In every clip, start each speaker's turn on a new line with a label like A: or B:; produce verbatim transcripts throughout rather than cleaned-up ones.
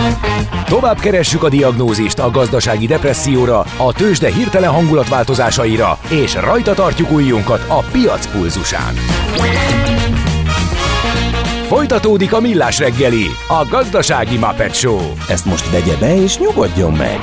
A: Tovább keressük a diagnózist a gazdasági depresszióra, a tőzsde hirtelen hangulatváltozásaira, és rajta tartjuk ujjunkat a piac pulzusán. Folytatódik a Millás reggeli, a gazdasági Muppet Show.
B: Ezt most vegye be és nyugodjon meg!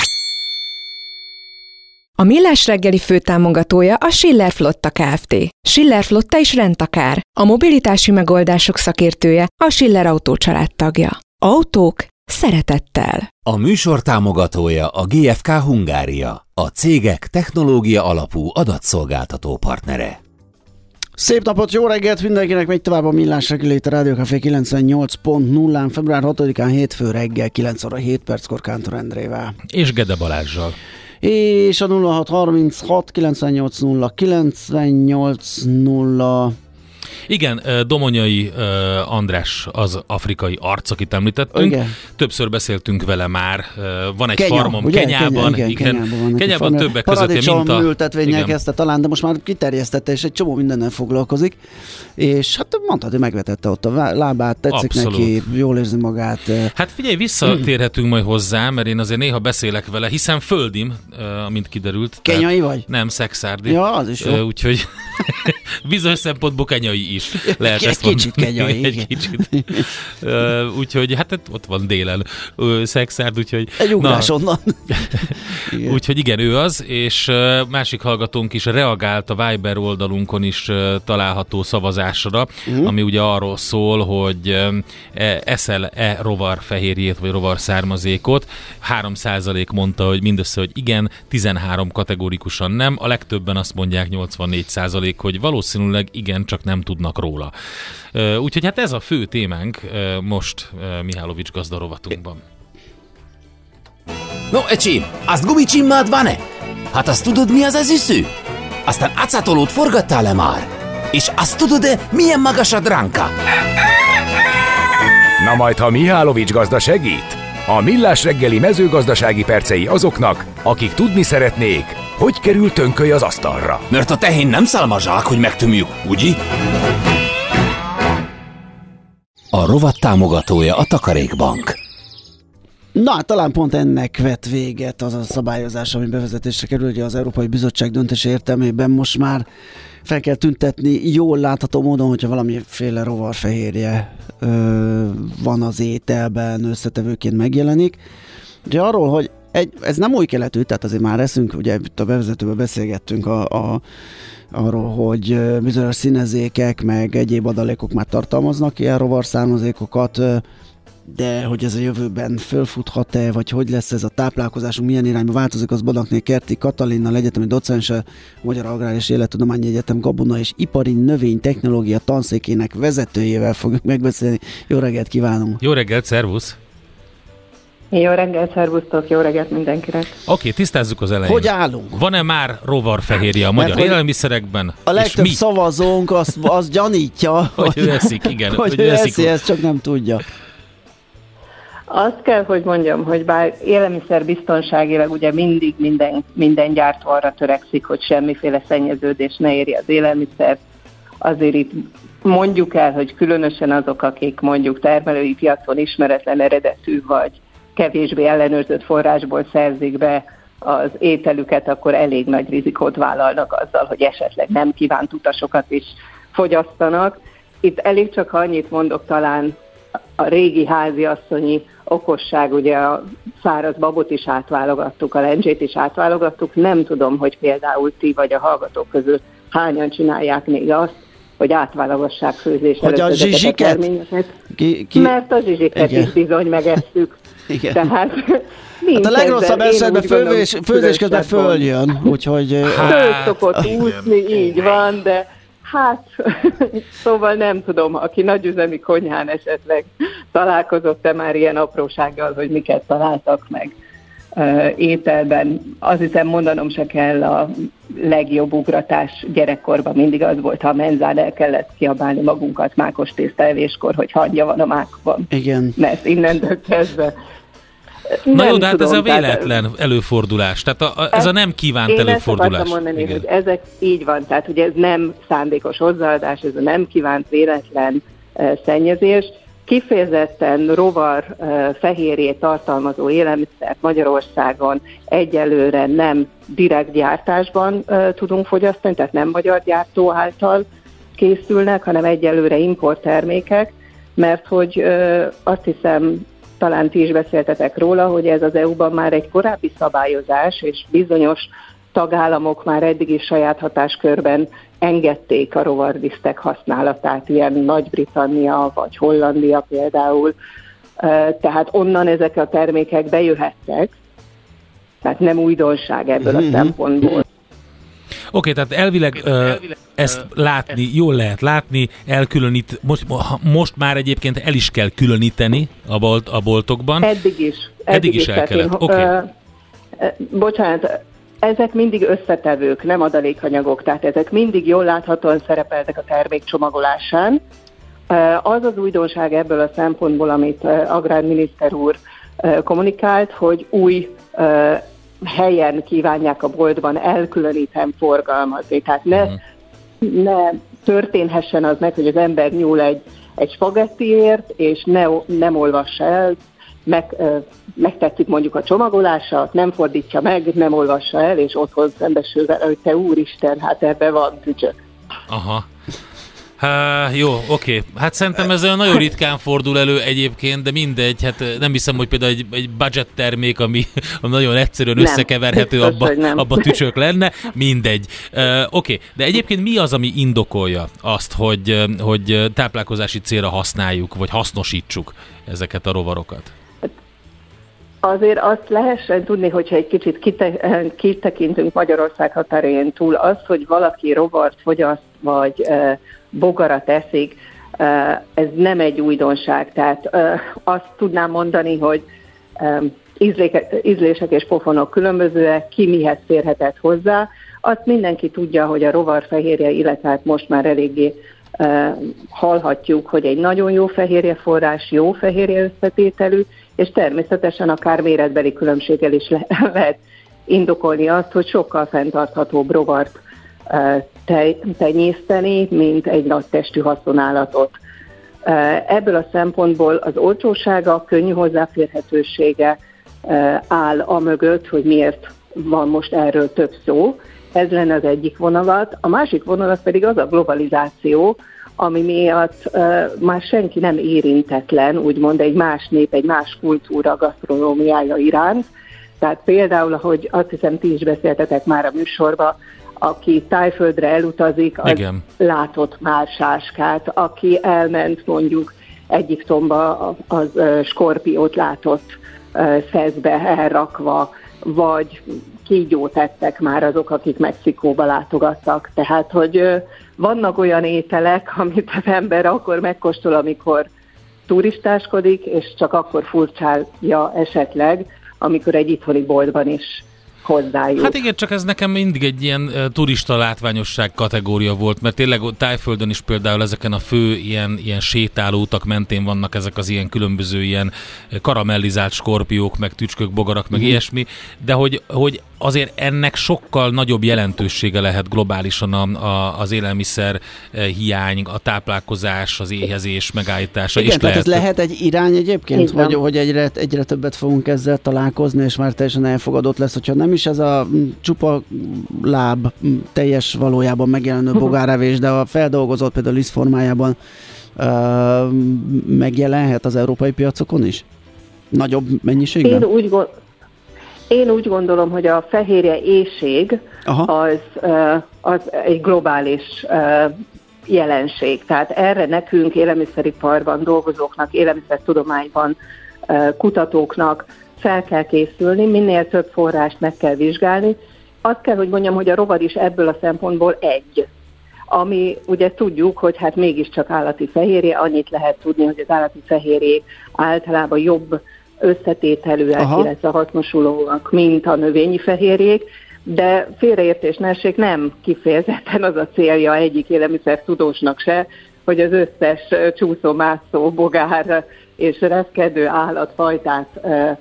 C: A Millás reggeli főtámogatója a Schiller Flotta Kft. Schiller Flotta is rendtakár. A mobilitási megoldások szakértője, a Schiller Autó család tagja. Autók szeretettel.
B: A műsor támogatója a gé ef ká Hungária, a cégek technológia alapú adatszolgáltató partnere.
D: Szép napot, jó reggelt mindenkinek, megy tovább a Millás reggeli itt a Rádió Café kilencvennyolc pont nullán, február hatodikán hétfő reggel kilenc óra hét perckor Kántor Endrével.
E: És Gede Balázssal.
D: És a nulla hat harminchat kilencvennyolc nulla kilencvennyolc nulla.
E: Igen, Domonyai András az afrikai arc, akit említettünk.
D: Igen.
E: Többször beszéltünk vele már. Van egy
D: Kenya,
E: farmom
D: ugye?
E: Kenyában.
D: Kenya, igen,
E: igen.
D: Kenyában,
E: Kenyában többek között
D: paradicsom
E: minta.
D: ültetvényel kezdte talán, de most már kiterjesztette, és egy csomó mindennel foglalkozik. És hát mondtad, hogy megvetette ott a lábát, tetszik
E: Abszolút.
D: neki, jól érzi magát.
E: Hát figyelj, visszatérhetünk majd hozzá, mert én azért néha beszélek vele, hiszen földim, mint kiderült.
D: Kenyai vagy?
E: Nem, szexárdi.
D: Ja, az is jó.
E: Úgyhogy bizonyos szempontból kenyai is lehet
D: egy
E: ezt
D: kicsit
E: mondani.
D: kenyai,
E: Egy
D: igen.
E: kicsit. Úgyhogy hát ott van délen szexárd, úgyhogy...
D: Egy ugrás onnan.
E: Igen. Úgyhogy igen, ő az, és másik hallgatónk is reagált a Viber oldalunkon is található szavazásra, uh-huh. ami ugye arról szól, hogy eszel-e rovarfehérjét vagy rovarszármazékot. három százalék mondta, hogy mindössze, hogy igen, tizenhárom kategórikusan nem, a legtöbben azt mondják, nyolcvannégy százalék, hogy valószínűleg igen, csak nem tudnak róla. Úgyhogy hát ez a fő témánk most Mihálovics gazdarovatunkban.
B: No, ecsi, azt gumicsimmád van-e? Hát azt tudod, mi az az üsző? Aztán acatolót forgattál-e már? És azt tudod-e, milyen magas a dránka?
A: Na majd, ha Mihálovics gazda segít? A Millás reggeli mezőgazdasági percei azoknak, akik tudni szeretnék, hogy kerül tönköly az asztalra.
B: Mert a tehén nem szálmazsák, hogy megtömjük, ugye? A rovat támogatója a Takarékbank.
D: Na, hát talán pont ennek vett véget az a szabályozás, ami bevezetésre kerül, hogy az Európai Bizottság döntése értelmében most már fel kell tüntetni jól látható módon, hogyha valamiféle rovarfehérje ö, van az ételben, összetevőként megjelenik. Ugye arról, hogy egy, ez nem új keletű, tehát azért már eszünk, ugye itt a bevezetőben beszélgettünk a, a, arról, hogy bizonyos színezékek, meg egyéb adalékok már tartalmaznak ilyen rovarszármazékokat, de hogy ez a jövőben fölfuthat-e, vagy hogy lesz ez a táplálkozásunk, milyen irányba változik, az Badakné Kerti Katalinnal, egyetemi docense, Magyar Agrár és Élettudományi Egyetem Gabona és Ipari Növénytechnológia tanszékének vezetőjével fogjuk megbeszélni. Jó reggelt kívánunk!
E: Jó reggelt, szervusz!
F: Jó reggelt, szervusztok, jó reggelt mindenkinek!
E: Oké, okay, tisztázzuk az elején.
D: Hogy állunk?
E: Van-e már rovarfehérje a magyar élelmiszerekben?
D: A legtöbb szavazónk azt, azt gyanítja,
E: hogy, hogy ő eszik, igen.
D: Hogy, hogy ő eszi, ezt csak nem tudja.
F: Azt kell, hogy mondjam, hogy bár élelmiszer biztonságilag ugye mindig minden, minden gyártó arra törekszik, hogy semmiféle szennyeződés ne éri az élelmiszert, azért itt mondjuk el, hogy különösen azok, akik mondjuk termelői piacon ismeretlen eredetű vagy kevésbé ellenőrzött forrásból szerzik be az ételüket, akkor elég nagy rizikót vállalnak azzal, hogy esetleg nem kívánt utasokat is fogyasztanak. Itt elég csak annyit mondok, talán a régi háziasszonyi okosság, ugye a száraz babot is átválogattuk, a lencsét is átválogattuk, nem tudom, hogy például ti vagy a hallgatók közül hányan csinálják még azt, hogy átválogassák főzés
D: előtt
F: a
D: zsizsiket?
F: Ki, ki? Mert a zsizsiket igen. is bizony megesszük.
D: Igen.
F: Tehát
D: hát a legrosszabb esetben főzés, főzés közben följön, úgyhogy...
F: Föl szokott úszni, így van, de hát, szóval nem tudom, aki nagyüzemi konyhán esetleg találkozott-e már ilyen aprósággal, hogy miket találtak meg uh, ételben. Azt hiszem mondanom se kell, a legjobb ugratás gyerekkorban mindig az volt, ha a menzán el kellett kiabálni magunkat mákos tészta evéskor, hogy hangja van a mákban.
D: Igen.
F: Mert innentől kezdve
E: Na
F: nem
E: jó, de hát
F: tudom,
E: ez a véletlen
F: tehát,
E: előfordulás, tehát a, a, ez a nem kívánt
F: én
E: előfordulás.
F: Én ezt akartam mondani, igen. hogy ezek így van, tehát ugye ez nem szándékos hozzáadás, ez a nem kívánt véletlen uh, szennyezés. kifejezetten rovar fehérjét tartalmazó élelmiszert Magyarországon egyelőre nem direkt gyártásban tudunk fogyasztani, tehát nem magyar gyártó által készülnek, hanem egyelőre importtermékek, mert hogy azt hiszem, talán ti is beszéltetek róla, hogy ez az é u-ban már egy korábbi szabályozás, és bizonyos tagállamok már eddig is saját hatáskörben engedték a rovarlisztek használatát, ilyen Nagy-Britannia vagy Hollandia például, tehát onnan ezek a termékek bejöhettek, tehát nem újdonság ebből a szempontból.
E: Oké, okay, tehát elvileg, uh, ezt látni, jól lehet látni, elkülönít, most, most már egyébként el is kell különíteni a, bolt, a boltokban.
F: Eddig is.
E: Eddig, eddig is el kellett, oké. Okay. Uh,
F: bocsánat, ezek mindig összetevők, nem adalékanyagok, tehát ezek mindig jól láthatóan szerepeltek a termék csomagolásán. Uh, az az újdonság ebből a szempontból, amit uh, agrárminiszter úr uh, kommunikált, hogy új uh, helyen kívánják a boltban elkülöníteni forgalmazni. Tehát ne, uh-huh. ne történhessen az meg, hogy az ember nyúl egy, egy spagettiért, és ne, nem olvassa el, meg, megtetszik mondjuk a csomagolása, nem fordítja meg, nem olvassa el, és otthon szembesül vele, hogy te úristen, hát ebben van tücsök.
E: Aha. Há, jó, oké. Hát szerintem ez olyan nagyon ritkán fordul elő egyébként, de mindegy, hát nem hiszem, hogy például egy, egy budget termék, ami, ami nagyon egyszerűen nem, összekeverhető, biztos, abba, abba tücsök lenne, mindegy. Uh, oké, de egyébként mi az, ami indokolja azt, hogy, hogy táplálkozási célra használjuk, vagy hasznosítsuk ezeket a rovarokat?
F: Azért azt lehessen tudni, hogyha egy kicsit kite, kitekintünk Magyarország határén túl, az, hogy valaki rovart fogyaszt, vagy uh, bogarat eszik, uh, ez nem egy újdonság. Tehát uh, azt tudnám mondani, hogy um, ízléke, ízlések és pofonok különbözőek, ki mihez férhetett hozzá. Azt mindenki tudja, hogy a rovarfehérje illetve most már eléggé uh, hallhatjuk, hogy egy nagyon jó fehérjeforrás, jó fehérje összetételű, és természetesen akár méretbeli különbséggel is le- lehet indokolni azt, hogy sokkal fenntarthatóbb rovart uh, tej- tenyészteni, mint egy nagy testű haszonállatot. Uh, ebből a szempontból az olcsósága, könnyű hozzáférhetősége uh, áll amögött, hogy miért van most erről több szó. Ez lenne az egyik vonalat. A másik vonalat pedig az a globalizáció, ami miatt uh, már senki nem érintetlen, úgymond egy más nép, egy más kultúra gasztronómiája iránt. Tehát például, ahogy azt hiszem ti is beszéltetek már a műsorban, aki Tájföldre elutazik, az igen, látott már sáskát, aki elment mondjuk Egyiptomba, az uh, skorpiót látott uh, szeszbe elrakva, vagy kígyót ettek már azok, akik Mexikóba látogattak. Tehát, hogy uh, vannak olyan ételek, amit az ember akkor megkóstol, amikor turistáskodik, és csak akkor furcsálja esetleg, amikor egy itthoni boltban is hozzájut.
E: Hát igen, csak ez nekem mindig egy ilyen uh, turista látványosság kategória volt, mert tényleg Tájföldön is például ezeken a fő ilyen, ilyen sétálóutak mentén vannak ezek az ilyen különböző ilyen karamellizált skorpiók, meg tücskök, bogarak, meg mm. ilyesmi, de hogy, hogy azért ennek sokkal nagyobb jelentősége lehet globálisan a, a, az élelmiszer hiány, a táplálkozás, az éhezés megállítása.
D: Igen,
E: is
D: tehát
E: lehet.
D: ez lehet egy irány egyébként, hogy, hogy egyre, egyre többet fogunk ezzel találkozni, és már teljesen elfogadott lesz, hogyha nem is ez a csupa láb teljes valójában megjelenő bogárevés, de a feldolgozott például liszt formájában uh, megjelenhet az európai piacokon is? Nagyobb mennyiségben?
F: Én úgy gondolom, Én úgy gondolom, hogy a fehérje éhség az, az egy globális jelenség. Tehát erre nekünk élelmiszeriparban dolgozóknak, élelmiszertudományban kutatóknak fel kell készülni, minél több forrást meg kell vizsgálni. Azt kell, hogy mondjam, hogy a rovar is ebből a szempontból egy. Ami ugye tudjuk, hogy hát mégiscsak állati fehérje, annyit lehet tudni, hogy az állati fehérjék általában jobb összetételűek, illetve hasznosulóak, mint a növényi fehérjék, de félreértés ne essék, nem kifejezetten az a célja egyik élelmiszer tudósnak se, hogy az összes csúszómászó, bogár és reszkedő állatfajtát e,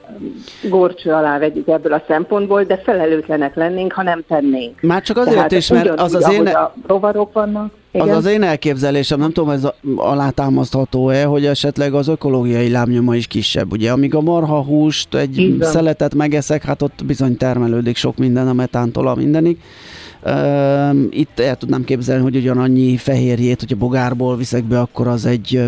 F: górcső alá vegyük ebből a szempontból, de felelőtlenek lennénk, ha nem tennénk.
D: Már csak azért
F: Tehát
D: is, mert az az én...
F: a rovarok vannak.
D: Az az én elképzelésem, nem tudom, ez alátámasztható-e, hogy esetleg az ökológiai lábnyoma is kisebb. Ugye, amíg a marhahúst egy Igen. szeletet megeszek, hát ott bizony termelődik sok minden a metántól a mindenig. Uh, itt el tudnám képzelni, hogy ugyanannyi fehérjét, hogyha bogárból viszek be, akkor az egy,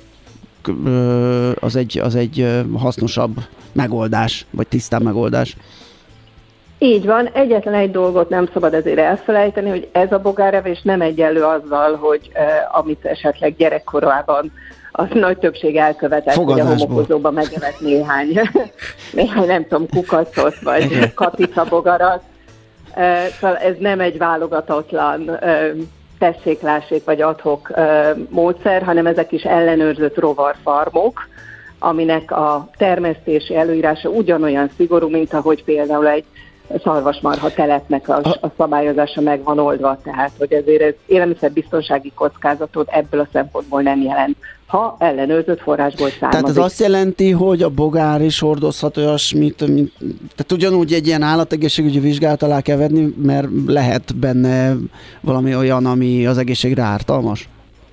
D: uh, az egy, az egy hasznosabb megoldás, vagy tisztább megoldás.
F: Így van, egyetlen egy dolgot nem szabad ezért elfelejteni, hogy ez a bogárevés nem egyenlő azzal, hogy uh, amit esetleg gyerekkorában az nagy többség elkövetett, hogy a homokozóban megevett néhány, néhány nem tudom, kukacot, vagy kapicabogarat. Uh, szóval ez nem egy válogatatlan uh, tesséklásét vagy adhok uh, módszer, hanem ezek is ellenőrzött rovarfarmok, aminek a termesztési előírása ugyanolyan szigorú, mint ahogy például egy szarvasmarha telepnek a, a szabályozása meg van oldva, tehát hogy ezért ez élelmiszerbiztonsági kockázatot ebből a szempontból nem jelent, ha ellenőrzött forrásból származik.
D: Tehát ez azt jelenti, hogy a bogár is hordozhat olyasmit, mint, tehát ugyanúgy egy ilyen állategészségügyi vizsgálat alá kell venni, mert lehet benne valami olyan, ami az egészségre ártalmas?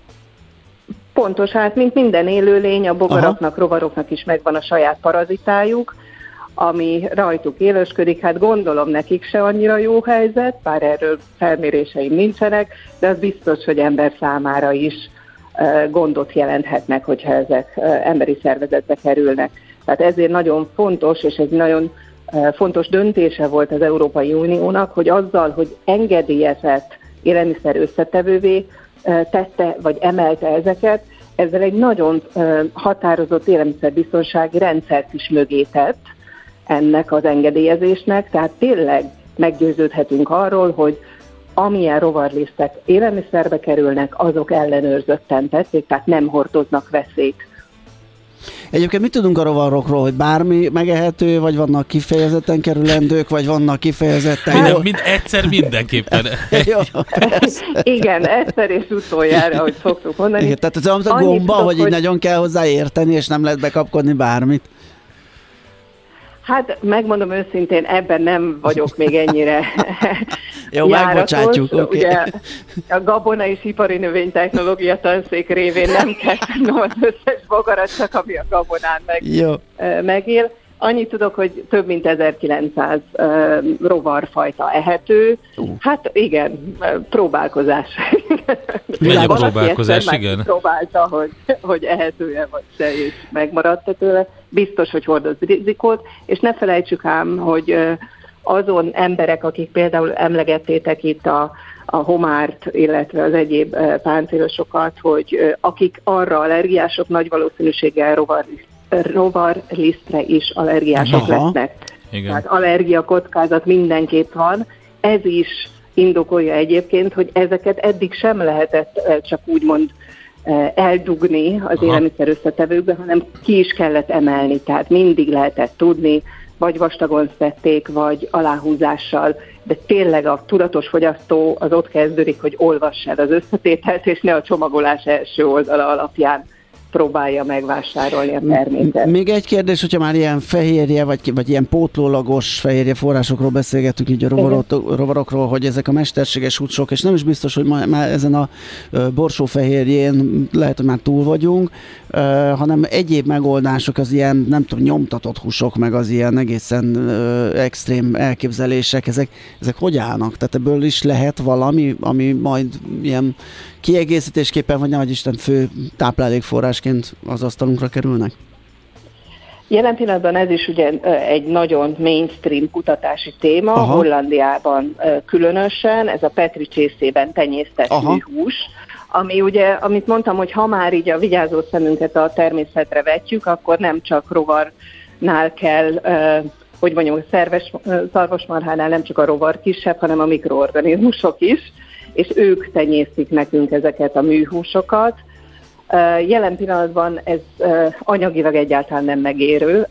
F: Pontos, hát mint minden élőlény, a bogaraknak, Aha. rovaroknak is megvan a saját parazitájuk, ami rajtuk élősködik, hát gondolom nekik se annyira jó helyzet, bár erről felméréseim nincsenek, de az biztos, hogy ember számára is uh, gondot jelenthetnek, hogyha ezek uh, emberi szervezetbe kerülnek. Tehát ezért nagyon fontos, és egy nagyon uh, fontos döntése volt az Európai Uniónak, hogy azzal, hogy engedélyezett élelmiszer összetevővé uh, tette, vagy emelte ezeket, ezzel egy nagyon uh, határozott élelmiszerbiztonsági rendszert is mögé tett, ennek az engedélyezésnek, tehát tényleg meggyőződhetünk arról, hogy amilyen rovarlisztek élelmiszerbe kerülnek, azok ellenőrzötten tették, tehát nem hordoznak veszélyt.
D: Egyébként mit tudunk a rovarokról, hogy bármi megehető, vagy vannak kifejezetten kerülendők, vagy vannak kifejezetten...
E: Minden, mind, egyszer mindenképpen.
D: Jó,
F: Igen, egyszer és utoljára, hogy szoktuk mondani.
D: Igen, tehát az a gomba, tudok, hogy így hogy... nagyon kell hozzá érteni, és nem lehet bekapkodni bármit.
F: Hát megmondom őszintén, ebben nem vagyok még ennyire
D: Jó, megbocsátjuk. Okay.
F: Ugye a gabona és ipari növénytechnológia tanszék révén nem kell tudnom az összes bogarat, csak ami a gabonán meg, Jó. megél. Annyit tudok, hogy több mint ezerkilencszáz uh, rovarfajta ehető. Uh. Hát igen, próbálkozás.
E: Megy a próbálkozás, igen.
F: Próbálta, hogy, hogy ehetője vagy se, és megmaradt tőle. Biztos, hogy hordoz rizikót, és ne felejtsük ám, hogy uh, azon emberek, akik például emlegettétek itt a, a homárt, illetve az egyéb uh, páncélosokat, hogy uh, akik arra allergiások, nagy valószínűséggel rovar rovarlisztre is allergiások Aha. lesznek. Igen. Tehát allergia kockázat mindenképp van. Ez is indokolja egyébként, hogy ezeket eddig sem lehetett csak úgymond eldugni az Aha. élelmiszer összetevőkbe, hanem ki is kellett emelni. Tehát mindig lehetett tudni, vagy vastagon szedték, vagy aláhúzással, de tényleg a tudatos fogyasztó az ott kezdődik, hogy olvass el az összetételt, és ne a csomagolás első oldala alapján próbálja megvásárolni a terméket.
D: Még egy kérdés, hogyha már ilyen fehérje, vagy, vagy ilyen pótlólagos fehérje forrásokról beszélgetünk, így a rovarok, rovarokról, hogy ezek a mesterséges húsok, és nem is biztos, hogy ma, már ezen a borsófehérjén lehet, hogy már túl vagyunk, hanem egyéb megoldások, az ilyen, nem tudom, nyomtatott húsok, meg az ilyen egészen ö, extrém elképzelések, ezek, ezek hogy állnak? Tehát ebből is lehet valami, ami majd ilyen kiegészítésképpen, vagy nehogy Isten fő táplálékforrásként az asztalunkra kerülnek?
F: Jelen pillanatban ez is ugye egy nagyon mainstream kutatási téma, Aha. Hollandiában különösen, ez a Petri csészében tenyésztett műhús, ami ugye, amit mondtam, hogy ha már így a vigyázó szemünket a természetre vetjük, akkor nem csak rovarnál kell, hogy mondjam, a szerves, szarvasmarhánál nem csak a rovar kisebb, hanem a mikroorganizmusok is, és ők tenyésztik nekünk ezeket a műhúsokat. Jelen pillanatban ez anyagilag egyáltalán nem megérő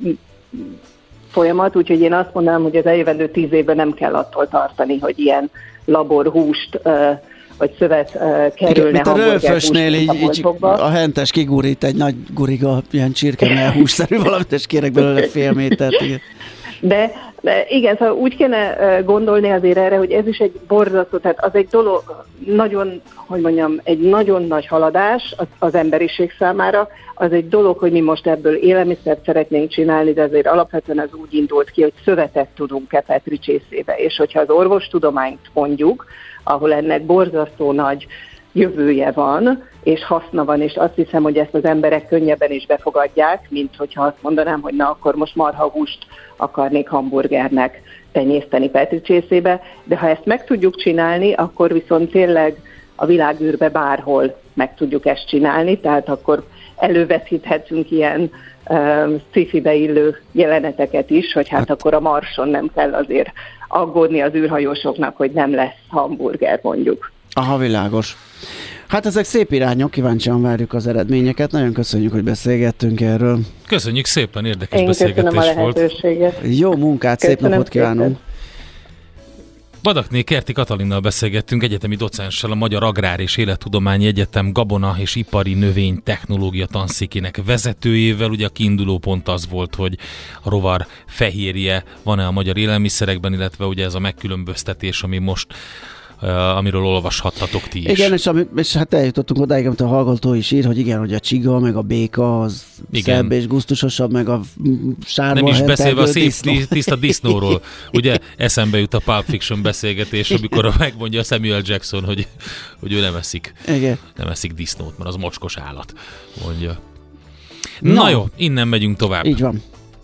F: folyamat, úgyhogy én azt mondanám, hogy az eljövendő tíz évben nem kell attól tartani, hogy ilyen laborhúst vagy szövet kerülne
D: hamburgerhúsnél, így, így a hentes kigurít egy nagy guriga, ilyen csirkemell hússzerű valamit, és kérek belőle fél métert. Igen.
F: De De igen, szóval úgy kéne gondolni azért erre, hogy ez is egy borzasztó, tehát az egy dolog, nagyon, hogy mondjam, egy nagyon nagy haladás az, az emberiség számára. Az egy dolog, hogy mi most ebből élelmiszert szeretnénk csinálni, de azért alapvetően az úgy indult ki, hogy szövetet tudunk Petri csészébe, és hogyha az orvostudományt mondjuk, ahol ennek borzasztó nagy jövője van, és haszna van, és azt hiszem, hogy ezt az emberek könnyebben is befogadják, mint hogyha azt mondanám, hogy na, akkor most marhahúst akarnék hamburgernek tenyészteni Petri csészébe, de ha ezt meg tudjuk csinálni, akkor viszont tényleg a világűrbe bárhol meg tudjuk ezt csinálni, tehát akkor elővetíthetünk ilyen um, sci-fibe illő jeleneteket is, hogy hát, hát akkor a Marson nem kell azért aggódni az űrhajósoknak, hogy nem lesz hamburger mondjuk.
D: Aha, világos. Hát ezek szép irányok, kíváncsian várjuk az eredményeket. Nagyon köszönjük, hogy beszélgettünk erről.
E: Köszönjük szépen, érdekes
F: Én
E: beszélgetés volt.
D: Jó munkát, szép
F: köszönöm
D: napot kívánunk.
E: Badakné Kerti Katalinnal beszélgettünk, egyetemi docenssel, a Magyar Agrár és Élettudományi Egyetem Gabona és Ipari Növény Technológia tanszékének vezetőjével. Ugye a kiinduló pont az volt, hogy a rovar fehérje van-e a magyar élelmiszerekben, illetve ugye ez a megkülönböztetés, ami most Uh, amiről olvashattatok ti is.
D: Igen, és, ami, és hát eljutottunk odáig, amit a hallgató is ír, hogy igen, hogy a csiga, meg a béka az igen. szebb és gusztusosabb, meg a sárba
E: nem is beszélve a szép
D: disznó.
E: tiszta disznóról. Ugye eszembe jut a Pulp Fiction beszélgetés, amikor megmondja Samuel Jackson, hogy, hogy ő nem eszik,
D: igen.
E: nem eszik disznót, mert az mocskos állat, mondja. Na, Na jó, innen megyünk tovább.
D: Így van.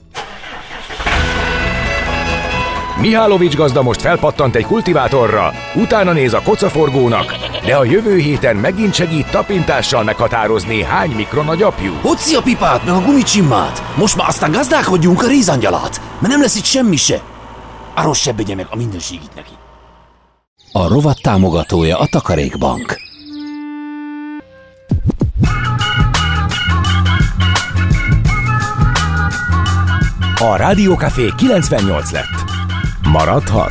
A: Mihálovics gazda most felpattant egy kultivátorra, utána néz a kocaforgónak, de a jövő héten megint segít tapintással meghatározni, hány mikron a gyapjú.
B: Hoci a pipát, meg a gumicsimmát! Most már aztán gazdálkodjunk a rézangyalát, mert nem lesz itt semmi se. Arról se begye meg a mindenségit neki. A rovat támogatója a Takarékbank.
A: A Rádiókafé kilencvennyolc lett. Maradhat.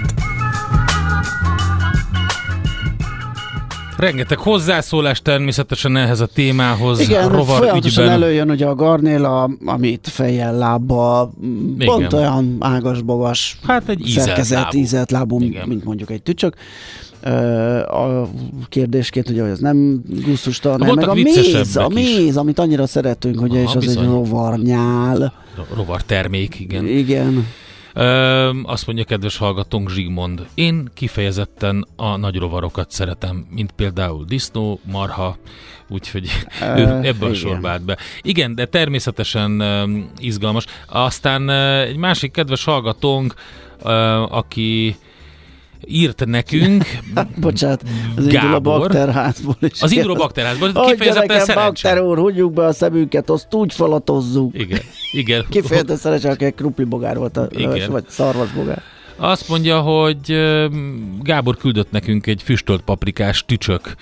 E: Rengeteg hozzászólás természetesen ehhez a témához.
D: Igen,
E: a rovar
D: folyamatosan
E: ügyben
D: előjön ugye a garnéla, amit fejjel, lábbal,
E: igen.
D: pont olyan ágas-bogas
E: hát egy
D: szerkezet,
E: lábú.
D: ízelt lábú,
E: igen.
D: mint mondjuk egy tücsök. A kérdésként ugye, hogy az nem gusztustalan, meg a méz, a méz, amit annyira szeretünk, ugye, és az bizony. Egy rovarnyál.
E: Rovar termék, igen.
D: Igen.
E: Ö, azt mondja kedves hallgatónk Zsigmond, én kifejezetten a nagy rovarokat szeretem, mint például disznó, marha, úgyhogy uh, ő ebbe a sorba állt be. Igen, de természetesen uh, izgalmas. Aztán uh, egy másik kedves hallgatónk, uh, aki írt nekünk.
D: Bocsánat, az indul a bakterházból is.
E: Az indul a bakterházból, kifejezetten szerencsém.
D: Bakter úr, húgyjuk be a szemünket, azt úgy falatozzuk.
E: Igen, igen.
D: Kifejezetten szerencsém, aki egy krumplibogár volt, a, vagy szarvasbogár.
E: Azt mondja, hogy Gábor küldött nekünk egy füstölt paprikás tücsök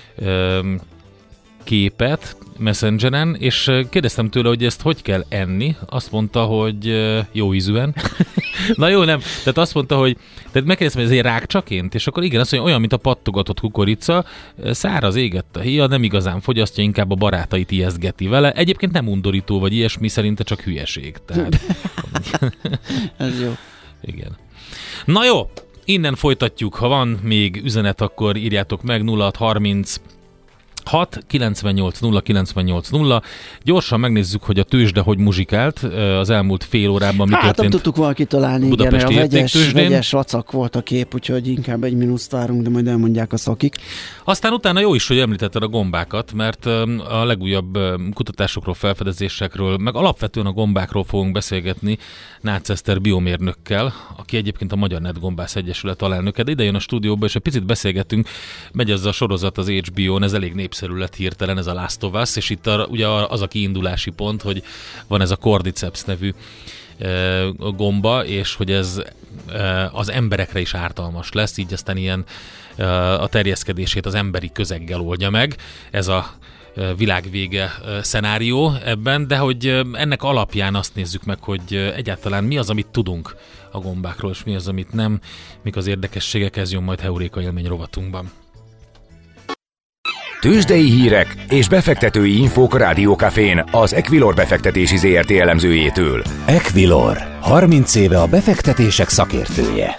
E: képet Messengeren, és kérdeztem tőle, hogy ezt hogy kell enni. Azt mondta, hogy jó ízűen. Na jó, nem. Tehát azt mondta, hogy tehát megkérdeztem, hogy ez egy rákcsaként, és akkor igen, azt mondja, olyan, mint a pattogatott kukorica, száraz, égett a héja, nem igazán fogyasztja, inkább a barátait ijesztgeti vele. Egyébként nem undorító, vagy ilyesmi, szerinte csak hülyeség. Tehát...
D: ez jó.
E: Igen. Na jó, innen folytatjuk. Ha van még üzenet, akkor írjátok meg nulla hat harminc hat kilencvennyolc nulla kilencvennyolc nulla. Gyorsan megnézzük, hogy a tőzsde hogy muzsikált az elmúlt fél órában. Mi
D: hát
E: történt?
D: nem tudtuk volna kitalálni, igen, a vegyes, vegyes vacak volt a kép, úgyhogy inkább egy minuszt várunk, de majd elmondják a szakik.
E: Aztán utána jó is, hogy említetted a gombákat, mert a legújabb kutatásokról, felfedezésekről, meg alapvetően a gombákról fogunk beszélgetni Nácz Eszter biomérnökkel, aki egyébként a Magyar Netgombász Egyesület alelnöke, de ide jön a stúdióba, és egy picit beszélgettünk, megy ez a sorozat az há bé ó-n, ez elég népszerű lett hirtelen, ez a Last of Us, és itt a, ugye az a kiindulási pont, hogy van ez a Cordyceps nevű e, gomba, és hogy ez e, az emberekre is ártalmas lesz, így aztán ilyen e, a terjeszkedését az emberi közeggel oldja meg. Ez a világvége szenárió ebben, de hogy ennek alapján azt nézzük meg, hogy egyáltalán mi az, amit tudunk a gombákról, és mi az, amit nem, mik az érdekességek, ez jön majd Heuréka élmény rovatunkban.
A: Tőzsdei hírek és befektetői infók a Rádiókafén az Equilor befektetési zé er té elemzőjétől.
B: Equilor, harminc éve a befektetések szakértője.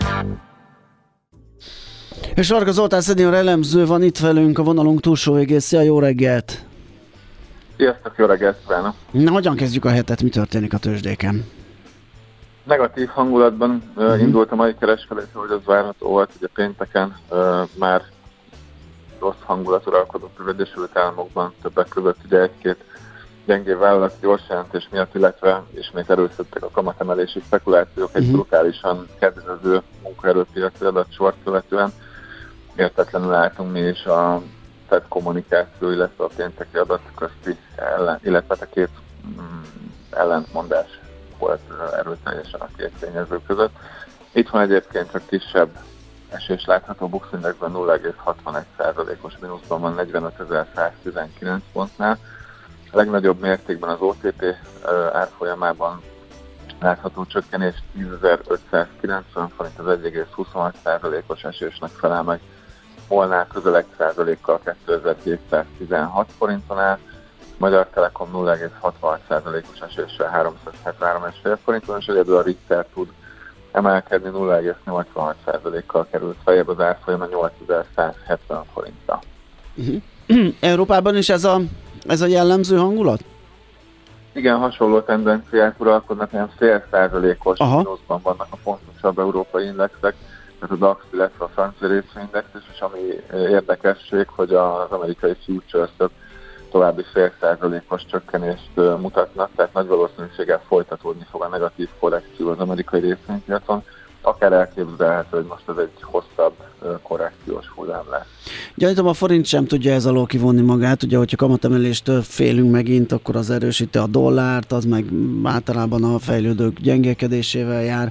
D: És Varga Zoltán szenior elemző van itt velünk a vonalunk túlsó végén. Szia, jó reggelt!
G: Sziasztok, jó reggelt kívánok!
D: Na, hogyan kezdjük a hetet, mi történik a tőzsdéken?
G: Negatív hangulatban uh, uh-huh. indult a mai kereskedés, hogy az várható volt, ugye pénteken uh, már rossz hangulat uralkodott az Egyesült Államokban, többek között ugye egy-két gyengébb vállalati gyors jelentés miatt, illetve ismét erősödtek a kamatemelési spekulációk egy uh-huh. brutálisan kedvező munkaerőpiaci adatsort követően. Értetlenül álltunk mi is a tett kommunikáció, illetve a pénteki adat közti ellen, illetve a két mm, ellentmondás volt erőteljesen a két tényező között. Itt van egyébként csak kisebb esés látható, Bux Indexben nulla egész hatvanegy százalékos mínuszban van negyvenezer-száztizenkilenc pontnál. A legnagyobb mértékben az o té pé árfolyamában látható csökkenés tízezer-ötszázkilencven forint, az egy egész huszonhat százalékos esésnek felel meg. Molnál közel egy százalékkal kétezer-hétszáztizenhat forinton áll, Magyar Telekom nulla egész hatvanhat százalékos eséssel háromszázhetvenhárom egész öt forinton, és egyedül a Richter tud emelkedni, nulla egész nyolcvanhat százalékkal került feljebb az árfolyama nyolcezer-százhetven forintra.
D: Uh-huh. Európában is ez a, ez a jellemző hangulat?
G: Igen, hasonló tendenciák uralkodnak, ilyen fél százalékos mínuszban vannak a fontosabb európai indexek, tehát a DAX, illetve a francia részvényindex, és ami érdekesség, hogy az amerikai futures-ök további fél százalékos csökkenést mutatnak, tehát nagy valószínűséggel folytatódni fog a negatív korrekció az amerikai részvénypiacon. Akár elképzelhető, hogy most ez egy hosszabb korrekciós hullám lesz.
D: Gyanítom, a forint sem tudja ez alól kivonni magát, ugye, hogyha kamatemeléstől félünk megint, akkor az erősíti a dollárt, az meg általában a fejlődők gyengélkedésével jár.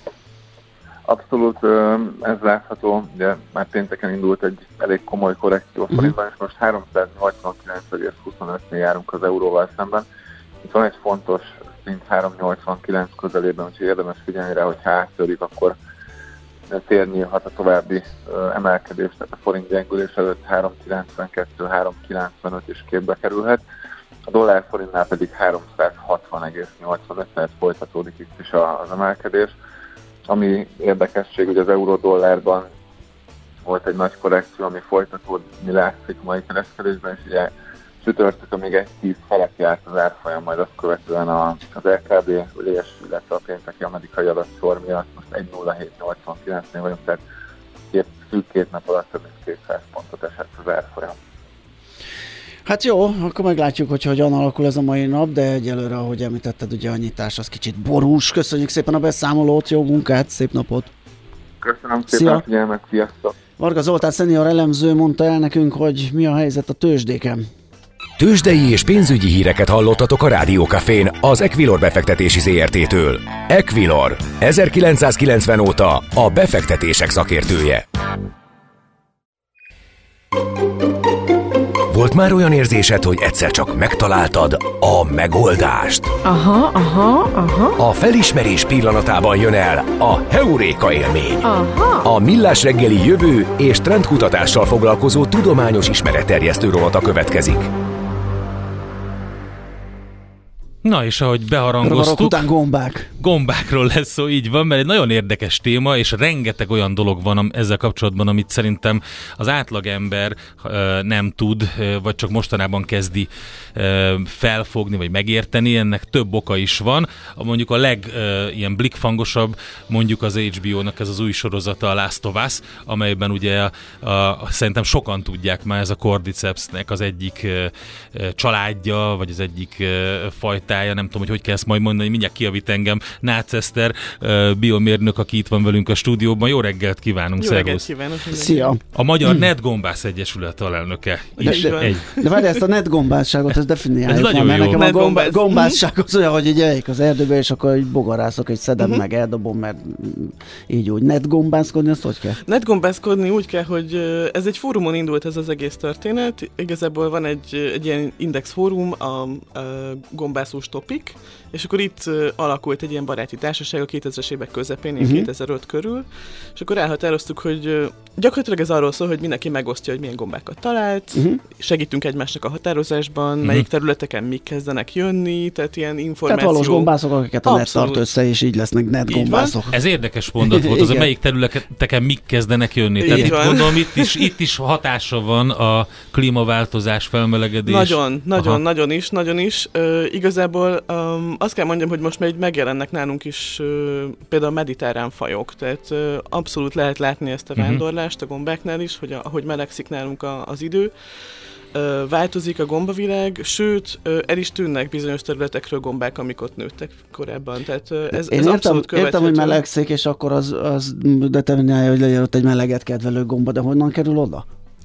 G: Abszolút ez látható, ugye már pénteken indult egy elég komoly korrekció a forintban, uh-huh. és most háromszáznyolcvankilenc egész huszonötnél járunk az euróval szemben. Itt van egy fontos szint háromszáznyolcvankilenc közelében, úgyhogy érdemes figyelni rá, hogy ha áttörjük, akkor tér nyílhat a további emelkedés, tehát a forint gyengülés előtt háromszázkilencvenkettő háromszázkilencvenöt is képbe kerülhet. A dollár forintnál pedig háromszázhatvan egész nyolcvanöt, tehát folytatódik itt is az emelkedés. Ami érdekesség, hogy az euró-dollárban volt egy nagy korrekció, ami folytatódni látszik mai kereskedésben, és ugye csütörtökön még egy tíz felett járt az árfolyam, majd azt követően az el ká bé ülés, illetve a pénteki amerikai adatsor miatt most egy nulla hét nyolcvankilencnél vagyunk, tehát két, szűk két nap alatt több mint kétszáz pontot esett az árfolyam.
D: Hát jó, akkor meglátjuk, hogy hogyan alakul ez a mai nap, de egyelőre, ahogy említetted, ugye a nyitás az kicsit borús. Köszönjük szépen a beszámolót, jó munkát, szép napot!
G: Köszönöm szépen Szia. a figyelmet, sziasztok!
D: Varga Zoltán szenior elemző mondta el nekünk, hogy mi a helyzet a tőzsdéken.
A: Tőzsdei és pénzügyi híreket hallottatok a Rádiókafén az Equilor befektetési zé er té-től. Equilor, ezerkilencszázkilencven óta a befektetések szakértője. Volt már olyan érzésed, hogy egyszer csak megtaláltad a megoldást?
C: Aha, aha, aha.
A: A felismerés pillanatában jön el a heuréka élmény.
C: Aha.
A: A Millás reggeli jövő és trendkutatással foglalkozó tudományos ismeretterjesztő rovata következik.
E: Na és ahogy beharangoztuk,
D: Rovarok után gombák.
E: Gombákról lesz szó, így van, mert egy nagyon érdekes téma, és rengeteg olyan dolog van ezzel kapcsolatban, amit szerintem az átlagember uh, nem tud, uh, vagy csak mostanában kezdi uh, felfogni, vagy megérteni. Ennek több oka is van. Mondjuk a leg uh, ilyen blikfangosabb, mondjuk az há bé ó-nak ez az új sorozata, a Last of Us, amelyben ugye a, a, szerintem sokan tudják már, ez a Cordycepsnek az egyik uh, családja, vagy az egyik uh, fajtája, nem tudom, hogy hogy kell ezt majd mondani, mindjárt kijavít engem Nácz Eszter, uh, biomérnök, aki itt van velünk a stúdióban. Jó reggelt kívánunk,
H: Jó reggelt
E: kívánok!
D: Szia!
E: A Magyar hmm. Netgombász Egyesület alelnöke is.
D: De, de,
E: egy.
D: de várj, ezt a netgombásságot, ezt definiáljuk.
E: Ez nagyon
D: mert
E: jó.
D: Nekem a gomba,
H: gombász
D: gombásság az olyan, hogy így eljük az erdőbe, és akkor így bogarászok, és szedem uh-huh. meg, eldobom, mert így úgy. Netgombászkodni, azt hogy kell?
H: Netgombászkodni úgy kell, hogy ez egy fórumon indult ez az egész történet. Igazából van egy, egy ilyen index fórum, a, a gombász szós topik, és akkor itt uh, alakult egy ilyen baráti társaság a kétezres évek közepén, uh-huh. kétezer-öt körül, és akkor elhatároztuk, hogy uh, gyakorlatilag ez arról szól, hogy mindenki megosztja, hogy milyen gombákat talált, uh-huh. segítünk egymásnak a határozásban, uh-huh. melyik területeken mik kezdenek jönni, tehát ilyen információ. Tehát valós
D: gombászok, akiket a net tart össze, és így lesznek net gombászok.
E: Ez érdekes mondat volt, az a melyik területeken mik kezdenek jönni. Tehát itt gondolom, itt is, itt is hatása van a klímaváltozás, felmelegedés.
H: Nagyon, nagyon, Aha. nagyon is, nagyon is. Uh, igazából um, azt kell mondjam, hogy most már így megjelennek nálunk is uh, például mediterrán fajok, tehát uh, abszolút lehet látni ezt a uh-huh. vándorlást a gombáknál is, hogy a, ahogy melegszik nálunk a, az idő. Uh, változik a gombavilág, sőt, uh, el is tűnnek bizonyos területekről gombák, amik ott nőttek korábban. Tehát uh, ez,
D: Én
H: ez
D: értem,
H: abszolút követhető.
D: értem, hogy melegszik, és akkor az, az determinálja, hogy legyen ott egy meleget kedvelő gomba, de honnan kerül oda?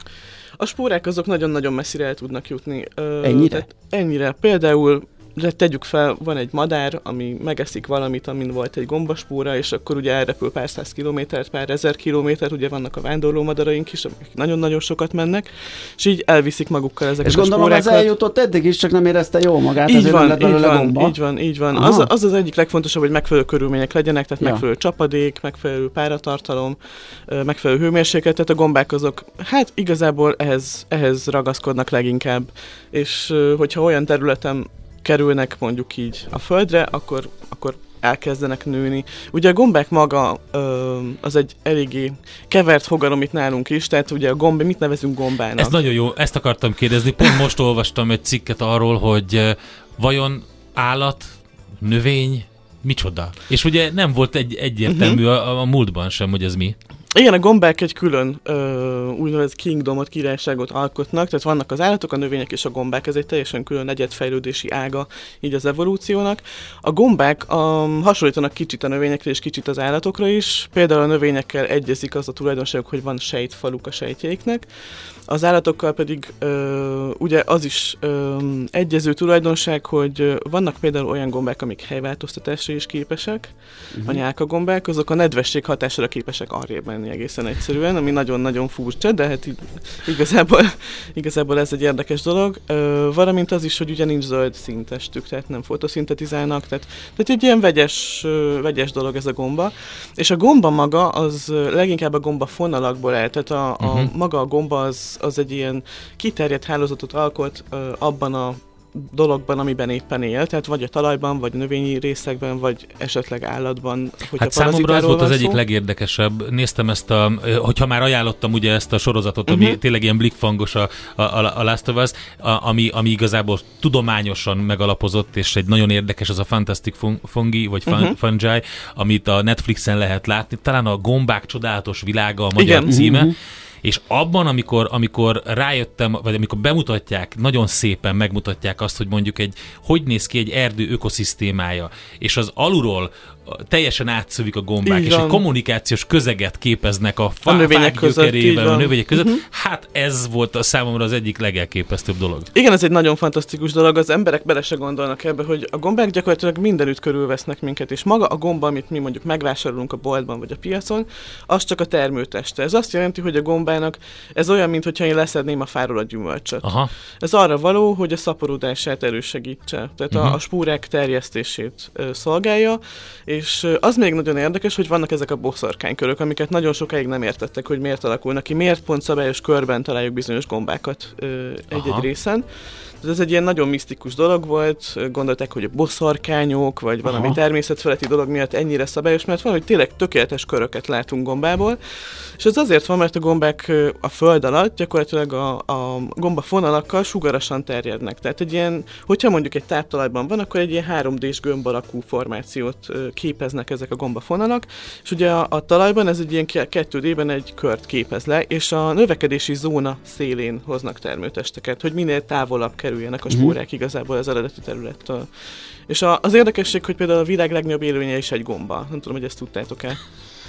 H: A spórák azok nagyon-nagyon messzire el tudnak jutni. Uh,
D: ennyire?
H: Ennyire. Például de tegyük fel, van egy madár, ami megeszik valamit, amin volt egy gombaspóra, és akkor ugye elrepül pár száz kilométert, pár ezer kilométert, ugye vannak a vándorló madaraink is, akik nagyon-nagyon sokat mennek, és így elviszik magukkal ezeket
D: és
H: a spórákat. És
D: gondolom, ez eljutott eddig is, csak nem érezte jól magát,
H: így
D: ezért
H: van,
D: lett belőle
H: így van,
D: gomba.
H: így van, így van. Az, az az egyik legfontosabb, hogy megfelelő körülmények legyenek, tehát ja. megfelelő csapadék, megfelelő páratartalom, megfelelő hőmérséklet, tehát a gombák azok, hát igazából ehhez, ehhez ragaszkodnak leginkább, és hogyha olyan területen kerülnek mondjuk így a földre, akkor, akkor elkezdenek nőni. Ugye a gombák maga ö, az egy eléggé kevert fogalom itt nálunk is, tehát ugye a gomb, mit nevezünk gombának?
E: Ez nagyon jó, ezt akartam kérdezni. Pont most olvastam egy cikket arról, hogy vajon állat, növény, micsoda? És ugye nem volt egy egyértelmű uh-huh. a, a múltban sem, hogy ez mi.
H: Igen, a gombák egy külön ö, úgynevezett kingdomot, királyságot alkotnak, tehát vannak az állatok, a növények és a gombák, ez egy teljesen külön negyedfejlődési ága így az evolúciónak. A gombák um, hasonlítanak kicsit a növényekre és kicsit az állatokra is, például a növényekkel egyezik az a tulajdonságok, hogy van sejtfaluk a sejtjeiknek, az állatokkal pedig ö, ugye az is ö, egyező tulajdonság, hogy vannak például olyan gombák, amik helyváltoztatásra is képesek, uh-huh. a nyálkagombák, azok a nedvesség hatására képesek arrébb menni egészen egyszerűen, ami nagyon-nagyon furcsa, de hát igazából, igazából ez egy érdekes dolog. Ö, valamint az is, hogy ugye nincs zöld színtestük, tehát nem fotoszintetizálnak, tehát, tehát egy ilyen vegyes, vegyes dolog ez a gomba. És a gomba maga az leginkább a gomba fonalakból áll, tehát a, a uh-huh. maga a gomba az, az egy ilyen kiterjedt hálózatot alkot ö, abban a dologban, amiben éppen él, tehát vagy a talajban, vagy növényi részekben, vagy esetleg állatban.
E: Hát számomra ez volt az egyik legérdekesebb. Néztem ezt a, hogyha már ajánlottam ugye ezt a sorozatot, ami uh-huh. tényleg ilyen blikkfangos a, a, a Last of Us, a, ami, ami igazából tudományosan megalapozott, és egy nagyon érdekes az a Fantastic Fungi, vagy fun, uh-huh. Fungi, amit a Netflixen lehet látni. Talán a Gombák csodálatos világa a magyar Igen. címe. Uh-huh. És abban, amikor, amikor rájöttem, vagy amikor bemutatják, nagyon szépen megmutatják azt, hogy mondjuk egy, hogy néz ki egy erdő ökoszisztémája, és az alulról teljesen átszövik a gombák, és egy kommunikációs közeget képeznek a, fá, a növények gyökerében, a növények között. Uh-huh. Hát ez volt a számomra az egyik legelképesztőbb dolog.
H: Igen, ez egy nagyon fantasztikus dolog, az emberek bele se gondolnak ebbe, hogy a gombák gyakorlatilag mindenütt körülvesznek minket, és maga a gomba, amit mi mondjuk megvásárolunk a boltban vagy a piacon, az csak a termőteste. Ez azt jelenti, hogy a gombának ez olyan, mintha én leszedném a fáról a gyümölcsöt. Aha. Ez arra való, hogy a szaporodását elősegítse, tehát uh-huh. a, a spórák terjesztését ö, szolgálja, és az még nagyon érdekes, hogy vannak ezek a boszorkánykörök, amiket nagyon sokáig nem értettek, hogy miért alakulnak ki, miért pont szabályos körben találjuk bizonyos gombákat ö, egy-egy részen. Ez egy ilyen nagyon misztikus dolog volt, gondolták, hogy a boszorkányok, vagy valami Aha. természetfeletti dolog miatt ennyire szabályos, mert van, hogy tényleg tökéletes köröket látunk gombából, és ez azért van, mert a gombák a föld alatt gyakorlatilag a, a gombafonalakkal sugarasan terjednek. Tehát egy ilyen, hogyha mondjuk egy táptalajban van, akkor egy ilyen három dés gömb alakú formációt képeznek ezek a gombafonalak, és ugye a, a talajban ez egy ilyen kettő dében egy kört képez le, és a növekedési zóna szélén hoznak termőtesteket, hogy minél távolabb kerüljenek a spórák mm. igazából az eredeti területtől. És a, az érdekesség, hogy például a világ legnagyobb élőnye is egy gomba. Nem tudom, hogy ezt tudtátok-e.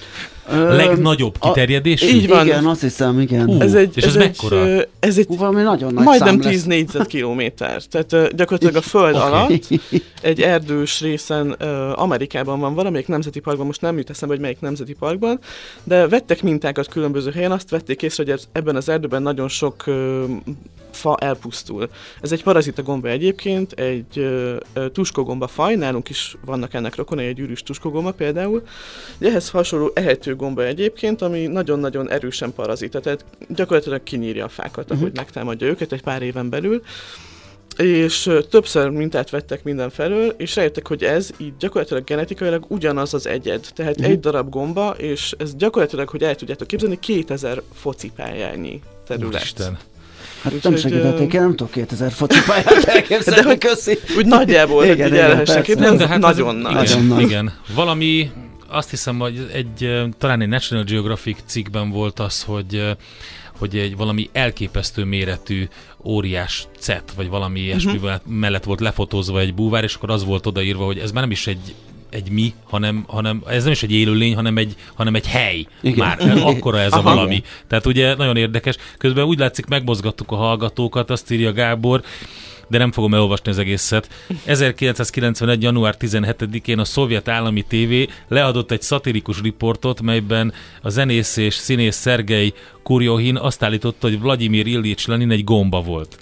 E: A legnagyobb kiterjedésű?
H: Így van.
D: Igen, azt hiszem, igen.
E: Hú,
H: ez egy,
E: és ez, ez mekkora?
H: Egy, ez egy
D: Hú, valami nagyon nagy
H: majdnem
D: szám
H: tíz négyzetkilométer. Tehát uh, gyakorlatilag a föld okay. alatt egy erdős részen uh, Amerikában van valamelyik nemzeti parkban, most nem jut eszembe, hogy melyik nemzeti parkban, de vettek mintákat különböző helyen, azt vették észre, hogy ebben az erdőben nagyon sok uh, fa elpusztul. Ez egy parazita gomba egyébként, egy uh, uh, tuskogomba faj, nálunk is vannak ennek rokonai, egy űrűs tuskogomba például. Ehhez hasonló ehető gomba egyébként, ami nagyon-nagyon erősen parazita, tehát gyakorlatilag kinyírja a fákat, ahogy uh-huh. megtámadja őket egy pár éven belül. És uh, többször mintát vettek mindenfelől, és rájöttek, hogy ez így gyakorlatilag genetikailag ugyanaz az egyed. Tehát uh-huh. egy darab gomba, és ez gyakorlatilag, hogy el tudjátok képzelni, kétezer focipályányi terület.
E: Úristen.
D: Hát úgy, nem segítették el, nem tudok kétezer focipályát elképzelni, hogy köszi.
H: Úgy nagyjából, hogy így el lehessen képzelni, de hát nagyon
E: nagy.
H: nagy.
E: Igen, igen. Valami, azt hiszem, hogy egy, talán egy National Geographic cikkben volt az, hogy hogy egy valami elképesztő méretű óriás cet, vagy valami ilyesmi uh-huh. mellett volt lefotózva egy búvár, és akkor az volt odaírva, hogy ez már nem is egy egy mi, hanem, hanem ez nem is egy élőlény, hanem egy, hanem egy hely. Igen. Már akkora ez a Aha. valami. Tehát ugye nagyon érdekes. Közben úgy látszik, megmozgattuk a hallgatókat, azt írja Gábor, de nem fogom elolvasni az egészet. ezerkilencszázkilencvenegy. január tizenhetedikén a szovjet állami tévé leadott egy szatirikus riportot, melyben a zenész és színész Szergej Kurjohin azt állította, hogy Vladimir Iljics Lenin egy gomba volt.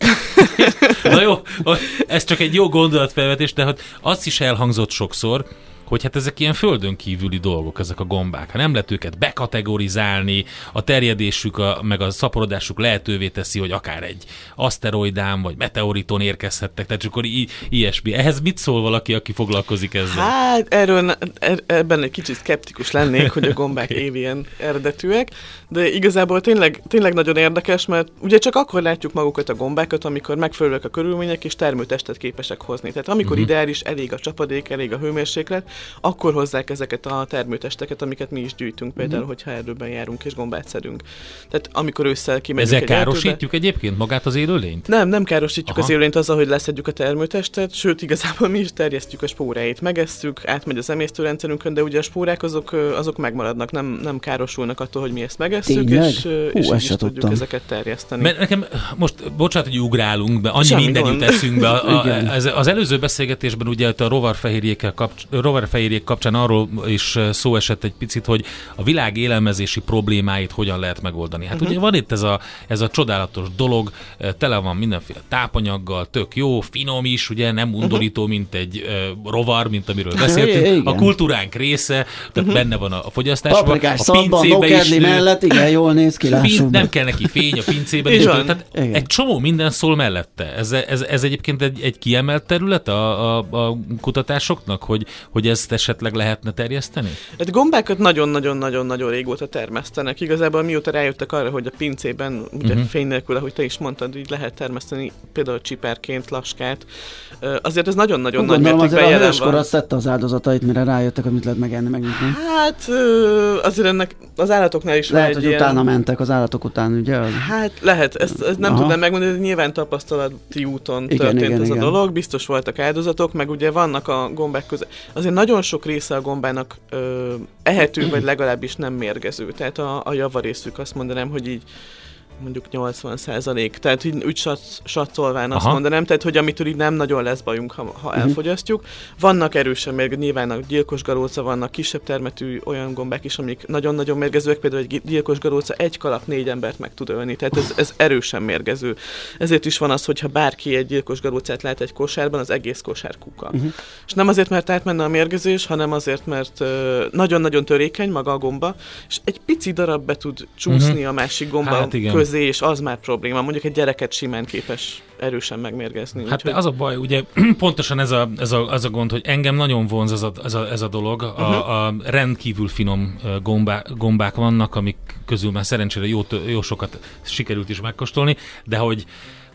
E: Na jó, ez csak egy jó gondolatfelvetés, de hát azt is elhangzott sokszor, hogy hát ezek ilyen földön kívüli dolgok, ezek a gombák. Ha nem lehet őket bekategorizálni, a terjedésük, a, meg a szaporodásuk lehetővé teszi, hogy akár egy aszteroidán vagy meteoriton érkezhettek, tehát akkor i- ilyesmi. Ehhez mit szól valaki, aki foglalkozik ezzel?
H: Hát erről er, ebben egy kicsit szkeptikus lennék, hogy a gombák évien eredetűek, de igazából tényleg, tényleg nagyon érdekes, mert ugye csak akkor látjuk magukat a gombákat, amikor megfelelőek a körülmények és termőtestet képesek hozni. Tehát amikor uh-huh. ideális, elég a csapadék, elég a hőmérséklet, akkor hozzák ezeket a termőtesteket, amiket mi is gyűjtünk, például, mm-hmm. hogyha erdőben járunk és gombát szedünk. Tehát amikor ősszel kimegyünk
E: ezzel
H: egy
E: károsítjuk
H: erdőbe,
E: egyébként magát az élőlényt?
H: Nem, nem károsítjuk Aha. az élőlényt azzal, hogy leszedjük a termőtestet, sőt, igazából mi is terjesztjük a spóráit, megesszük, átmegy az emésztőrendszerünkön, de ugye a spórák azok, azok megmaradnak, nem, nem károsulnak attól, hogy mi ezt megesszük,
D: Tényleg?
H: és, Hú, és így is tudjuk ezeket terjeszteni.
E: Mert nekem most, bocsánat, hogy ugrálunk be, annyi Semmi minden jut eszünkbe. A, a, az, az előző beszélgetésben ugye a rovarfehérjékkel kapcs, rovarfehérjék kapcsán arról is szó esett egy picit, hogy a világ élelmezési problémáit hogyan lehet megoldani. Hát uh-huh. ugye van itt ez a, ez a csodálatos dolog, tele van mindenféle tápanyaggal, tök jó, finom is, ugye nem undorító, uh-huh. mint egy uh, rovar, mint amiről beszéltünk. Igen. A kultúránk része, tehát uh-huh. benne van a fogyasztásban.
D: Paprikás szabban, nokedli mellett, igen, jól néz ki, lássuk.
E: Nem kell neki fény a pincében. És tehát egy csomó minden szól mellette. Ez, ez, ez egyébként egy, egy kiemelt terület a, a, a kutatásoknak, hogy, hogy ezt esetleg lehetne terjeszteni?
H: Hát gombákat nagyon-nagyon-nagyon-nagyon régóta termesztenek. Igazából mióta rájöttek arra, hogy a pincében ugye uh-huh. fény nélkül, ahogy te is mondtad, így lehet termeszteni például csiperként, laskát. Azért ez nagyon-nagyon nagy mértékben jelen van.
D: Azért a hőskor azt szedte az áldozatait, mire rájöttek, amit lehet megenni, megnyitni.
H: Hát azért ennek az állatoknál is
D: lehet,
H: hogy
D: ilyen... utána
H: ilyen...
D: mentek az állatok után, ugye? Az...
H: Hát lehet, ezt, ezt nem Aha. tudnám megmondani, hogy nyilván tapasztalati úton igen, történt igen, ez igen. a dolog, biztos voltak áldozatok, meg ugye vannak a gombák között. Azért nagyon sok része a gombának ö, ehető, vagy legalábbis nem mérgező. Tehát a, a javarészük azt mondanám, hogy így mondjuk nyolcvan százalék, tehát így, úgy satszolván azt mondanám, tehát hogy amitől így nem nagyon lesz bajunk, ha, ha uh-huh. elfogyasztjuk. Vannak erősen mérgező, nyilván a gyilkos galóca, vannak kisebb termetű olyan gombák is, amik nagyon-nagyon mérgezőek, például egy gyilkos galóca egy kalap négy embert meg tud ölni, tehát ez, ez erősen mérgező. Ezért is van az, hogyha bárki egy gyilkos galócát lát egy kosárban, az egész kosár kuka. Uh-huh. És nem azért, mert átmenne a mérgezés, hanem azért, mert uh, nagyon-nagyon törékeny maga a gomba, és egy pici darab be tud csúszni uh-huh. a másik gomba hát közé, és az már probléma. Mondjuk egy gyereket simán képes erősen megmérgezni.
E: Hát
H: úgyhogy...
E: az a baj, ugye pontosan ez a, ez a, az a gond, hogy engem nagyon vonz ez a, ez a, ez a dolog. A, uh-huh. a rendkívül finom gombá, gombák vannak, amik közül már szerencsére jó, jó sokat sikerült is megkóstolni, de hogy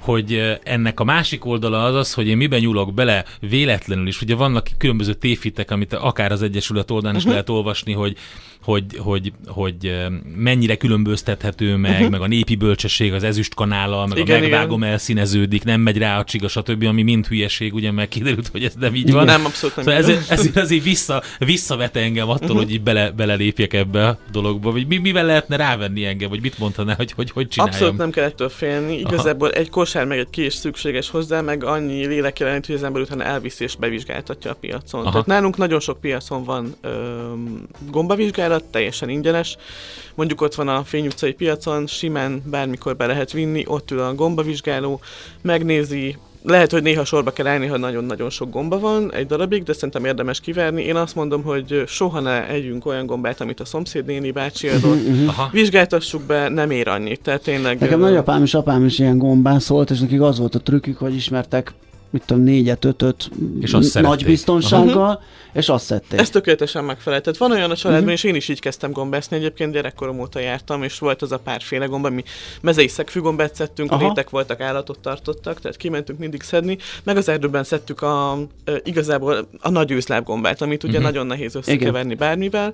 E: hogy ennek a másik oldala az az, hogy én miben nyúlok bele véletlenül is. Ugye vannak különböző tévhitek, amit akár az Egyesület oldalán is uh-huh. lehet olvasni, hogy Hogy, hogy, hogy mennyire különböztethető meg, uh-huh. meg a népi bölcsesség az ezüst kanállal, meg igen, a megvágom igen. elszíneződik, nem megy rá a csiga, stb., ami mind hülyeség, ugye meg kiderült, hogy ez nem így van.
H: Nem, abszolút nem.
E: Szóval ezért, ezért azért vissza, visszavet engem attól, uh-huh. hogy így bele, belelépjek ebbe a dologba, vagy mi, mivel lehetne rávenni engem, vagy mit mondhaná, hogy hogy, hogy csináljam.
H: Abszolút nem kell ettől félni. Igazából aha. egy kosár meg egy kés szükséges hozzá, meg annyi lélek jelent, hogy az ember utána elviszi és bevizsgáltatja a piacon. Aha. Tehát nálunk nagyon sok piacon van ö, gombavizsgálat, teljesen ingyenes. Mondjuk ott van a Fény utcai piacon, simán bármikor be lehet vinni, ott ül a gombavizsgáló, megnézi, lehet, hogy néha sorba kell állni, ha nagyon-nagyon sok gomba van egy darabig, de szerintem érdemes kiverni. Én azt mondom, hogy soha ne együnk olyan gombát, amit a szomszédnéni bácsi adott. Vizsgáltassuk be, nem ér annyit. Tehát tényleg...
D: Nekem nagyapám és apám is ilyen gombán szólt, és nekik az volt a trükkük, hogy ismertek mit tudom, négyet, ötöt nagy biztonsággal, uh-huh. és azt szedték.
H: Ez tökéletesen megfelelt. Tehát van olyan a családban, uh-huh. és én is így kezdtem gombászni, egyébként gyerekkorom óta jártam, és volt az a párféle gomba, mi mezei szegfűgombát szedtünk, aha. a rétek voltak, állatot tartottak, tehát kimentünk mindig szedni, meg az erdőben szedtük a, e, igazából a nagy őszlábgombát, amit ugye uh-huh. nagyon nehéz összekeverni bármivel.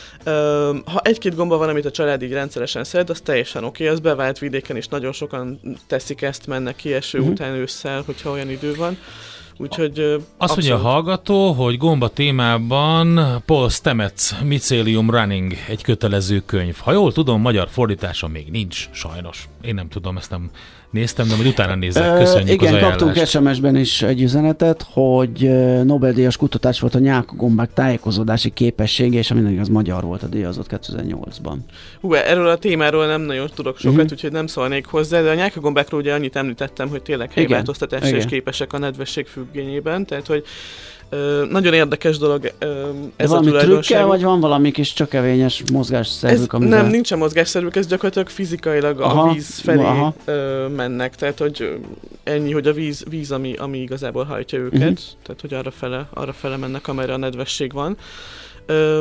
H: Uh, ha egy-két gomba van, amit a család így rendszeresen szed, az teljesen oké, okay. Az bevált vidéken is nagyon sokan teszik ezt, mennek kieső uh-huh. után ősszel, hogyha olyan idő van. Úgyhogy uh,
E: azt mondja a hallgató, hogy gomba témában Paul Stamets Mycelium Running egy kötelező könyv. Ha jól tudom, magyar fordítása még nincs, sajnos. Én nem tudom, ezt nem néztem, de majd utána nézzek. Köszönjük
D: igen,
E: az ajánlást.
D: kaptunk es em es-ben is egy üzenetet, hogy Nobel-díjas kutatás volt a nyálkagombák tájékozódási képessége, és ami az magyar volt a díjazott kétezer-nyolcban.
H: Hú, erről a témáról nem nagyon tudok sokat, uh-huh. úgyhogy nem szólnék hozzá, de a nyálkagombákról ugye annyit említettem, hogy tényleg helyváltoztatásra is képesek a nedvesség függvényében, tehát hogy Ö, nagyon érdekes dolog ö, ez
D: de
H: a tulajdonság.
D: Trükkel, vagy van valami kis csökevényes mozgásszervük?
H: Amivel... Nem, nincsen mozgásszervük, ez gyakorlatilag fizikailag aha, a víz felé ö, mennek, tehát hogy ennyi, hogy a víz, víz ami, ami igazából hajtja őket, uh-huh. tehát hogy arra fele, arra fele mennek, amerre a nedvesség van. Ö,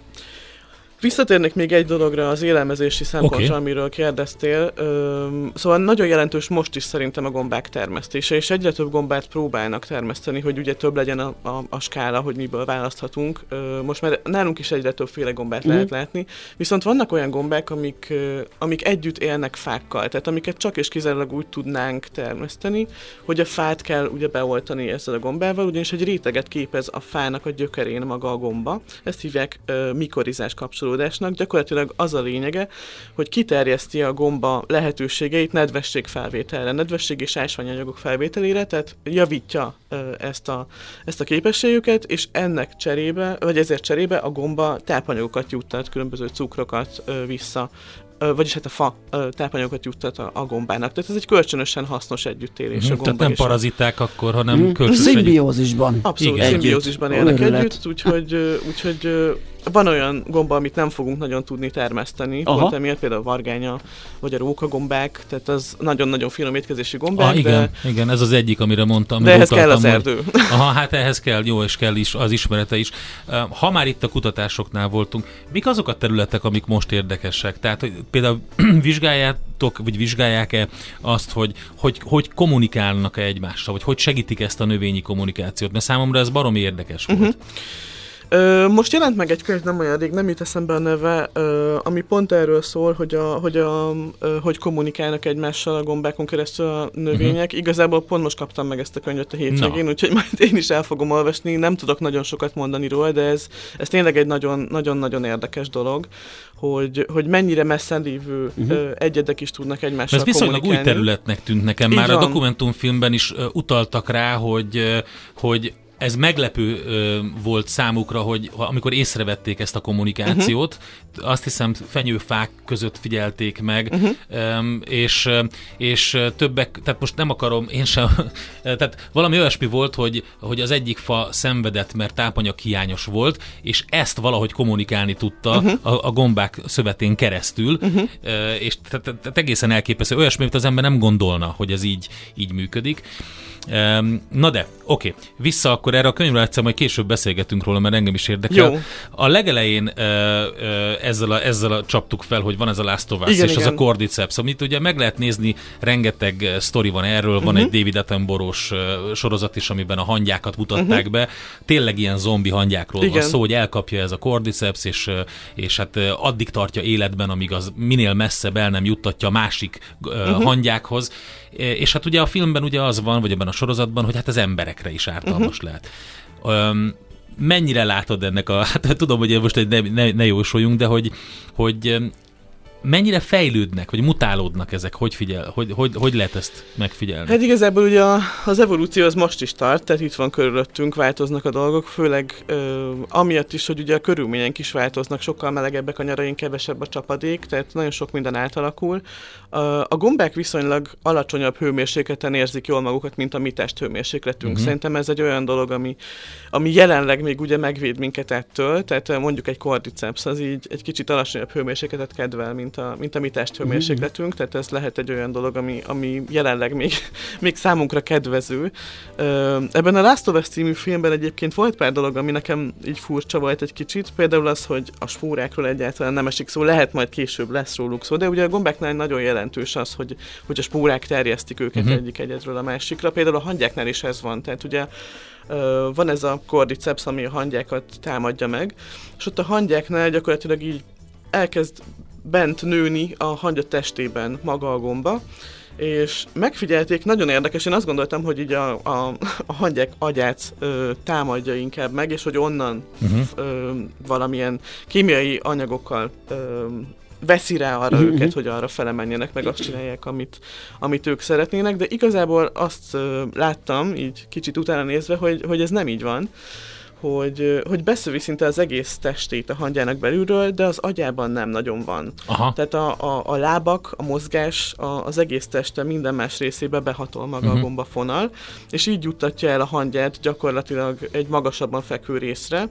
H: Visszatérnék még egy dologra az élelmezési szempontra, okay. amiről kérdeztél. Üm, szóval nagyon jelentős most is szerintem a gombák termesztése, és egyre több gombát próbálnak termeszteni, hogy ugye több legyen a, a, a skála, hogy miből választhatunk. Üm, most már nálunk is egyre többféle gombát mm. lehet látni, viszont vannak olyan gombák, amik, amik együtt élnek fákkal, tehát amiket csak és kizárólag úgy tudnánk termeszteni, hogy a fát kell ugye beoltani ezzel a gombával, ugyanis egy réteget képez a fának a gyökerén maga a gomba. Ezt hívják uh, mikorizás kapcsolódásnak. Gyakorlatilag az a lényege, hogy kiterjeszti a gomba lehetőségeit nedvesség felvételre, nedvesség és ásványanyagok felvételére, tehát javítja uh, ezt, a, ezt a képességüket, és ennek cserébe, vagy ezért cserébe a gomba tápanyagokat juttat, különböző cukrokat uh, vissza, uh, vagyis hát a fa uh, tápanyagokat juttat a, a gombának. Tehát ez egy kölcsönösen hasznos együttélés mm, a gomba.
E: Tehát nem paraziták akkor, hanem
D: mm,
E: kölcsönösen.
D: Szimbiózisban.
H: Abszolút, igen. Szimbiózisban élnek együtt, úgyhogy, uh, úgyhogy uh, van olyan gomba, amit nem fogunk nagyon tudni termeszteni, pont emiatt például a vargánya, vagy a rókagombák, tehát az nagyon-nagyon finom étkezési gombák.
E: Ah, igen, de... igen, ez az egyik, amire mondtam.
H: De ehhez kell az erdő.
E: Hogy... Aha, hát ehhez kell, jó, és kell is az ismerete is. Ha már itt a kutatásoknál voltunk, mik azok a területek, amik most érdekesek? Tehát, hogy például vizsgáljátok, vagy vizsgálják-e azt, hogy hogy, hogy kommunikálnak-e egymással, vagy hogy segítik ezt a növényi kommunikációt? Mert számomra ez baromi érdekes volt. Uh-huh.
H: Ö, most jelent meg egy könyv, nem olyan rég, nem jut eszembe a neve, ö, ami pont erről szól, hogy, a, hogy, a, ö, hogy kommunikálnak egymással a gombákon keresztül a növények. Uh-huh. Igazából pont most kaptam meg ezt a könyvet a hétvégén, no. úgyhogy majd én is el fogom olvasni. Nem tudok nagyon sokat mondani róla, de ez, ez tényleg egy nagyon-nagyon érdekes dolog, hogy, hogy mennyire messzen lévő uh-huh. ö, egyedek is tudnak egymással
E: ez kommunikálni. Ez viszonylag új területnek tűnt nekem. Már
H: így
E: a
H: van.
E: dokumentumfilmben is ö, utaltak rá, hogy, ö, hogy ez meglepő ö, volt számukra, hogy amikor észrevették ezt a kommunikációt, uh-huh. azt hiszem fenyőfák között figyelték meg, uh-huh. öm, és, és többek, tehát most nem akarom én sem, tehát valami olyasmi volt, hogy, hogy az egyik fa szenvedett, mert tápanyag hiányos volt, és ezt valahogy kommunikálni tudta uh-huh. a, a gombák szövetén keresztül, uh-huh. ö, és tehát, tehát egészen elképesztő, olyasmi, amit az ember nem gondolna, hogy ez így, így működik. Na de, oké, vissza akkor akkor erre a könyvről egyszer majd később beszélgetünk róla, mert engem is érdekel. Jó. A legelején ö, ö, ezzel, a, ezzel a csaptuk fel, hogy van ez a Last of Us, igen, és igen. az a Cordyceps, amit ugye meg lehet nézni, rengeteg sztori van erről, van uh-huh. egy David Attenborough-os sorozat is, amiben a hangyákat mutatták uh-huh. be. Tényleg ilyen zombi hangyákról igen. van szó, hogy elkapja ez a Cordyceps, és, és hát addig tartja életben, amíg az minél messzebb el nem juttatja a másik uh-huh. hangyákhoz. És hát ugye a filmben ugye az van, vagy ebben a sorozatban, hogy hát az emberekre is ártalmas uh-huh. lehet. Um, mennyire látod ennek a, hát tudom, hogy most ne, ne, ne jósoljunk, de hogy, hogy mennyire fejlődnek, vagy mutálódnak ezek, hogy figyel, hogy, hogy, hogy lehet ezt megfigyelni?
H: Hát igazából ugye az evolúció az most is tart, tehát itt van körülöttünk, változnak a dolgok, főleg ö, amiatt is, hogy ugye a körülmények is változnak, sokkal melegebbek a nyaraink, kevesebb a csapadék, tehát nagyon sok minden átalakul. A gombák viszonylag alacsonyabb hőmérsékleten érzik jól magukat, mint a mi testhőmérsékletünk. Uh-huh. Szerintem ez egy olyan dolog, ami, ami jelenleg még ugye megvéd minket ettől, tehát mondjuk egy Cordyceps az így egy kicsit alacsonyabb hőmérsékletet kedvel, mint a, mint a mi testhőmérsékletünk, uh-huh. tehát ez lehet egy olyan dolog, ami, ami jelenleg még, még számunkra kedvező. Ebben a Last of Us című filmben egyébként volt pár dolog, ami nekem így furcsa volt egy kicsit, például az, hogy a spórákról egyáltalán nem esik szó, lehet majd később lesz róluk szó, de ugye a gombáknál nagyon jelentős az, hogy, hogy a spórák terjesztik őket uh-huh. egyik egyedről a másikra. Például a hangyáknál is ez van, tehát ugye uh, van ez a Cordyceps, ami a hangyákat támadja meg, és ott a hangyáknál gyakorlatilag így elkezd bent nőni a hangya testében maga a gomba, és megfigyelték, nagyon érdekes, én azt gondoltam, hogy így a, a, a hangyák agyát ö, támadja inkább meg, és hogy onnan uh-huh. ö, valamilyen kémiai anyagokkal ö, veszi rá arra uh-huh. őket, hogy arra felemenjenek, meg azt csinálják, amit, amit ők szeretnének, de igazából azt ö, láttam, így kicsit utána nézve, hogy, hogy ez nem így van, hogy, hogy beszövi szinte az egész testét a hangyának belülről, de az agyában nem nagyon van. Aha. Tehát a, a, a lábak, a mozgás, a, az egész teste minden más részébe behatol maga uh-huh. a gombafonal, és így juttatja el a hangyát gyakorlatilag egy magasabban fekvő részre.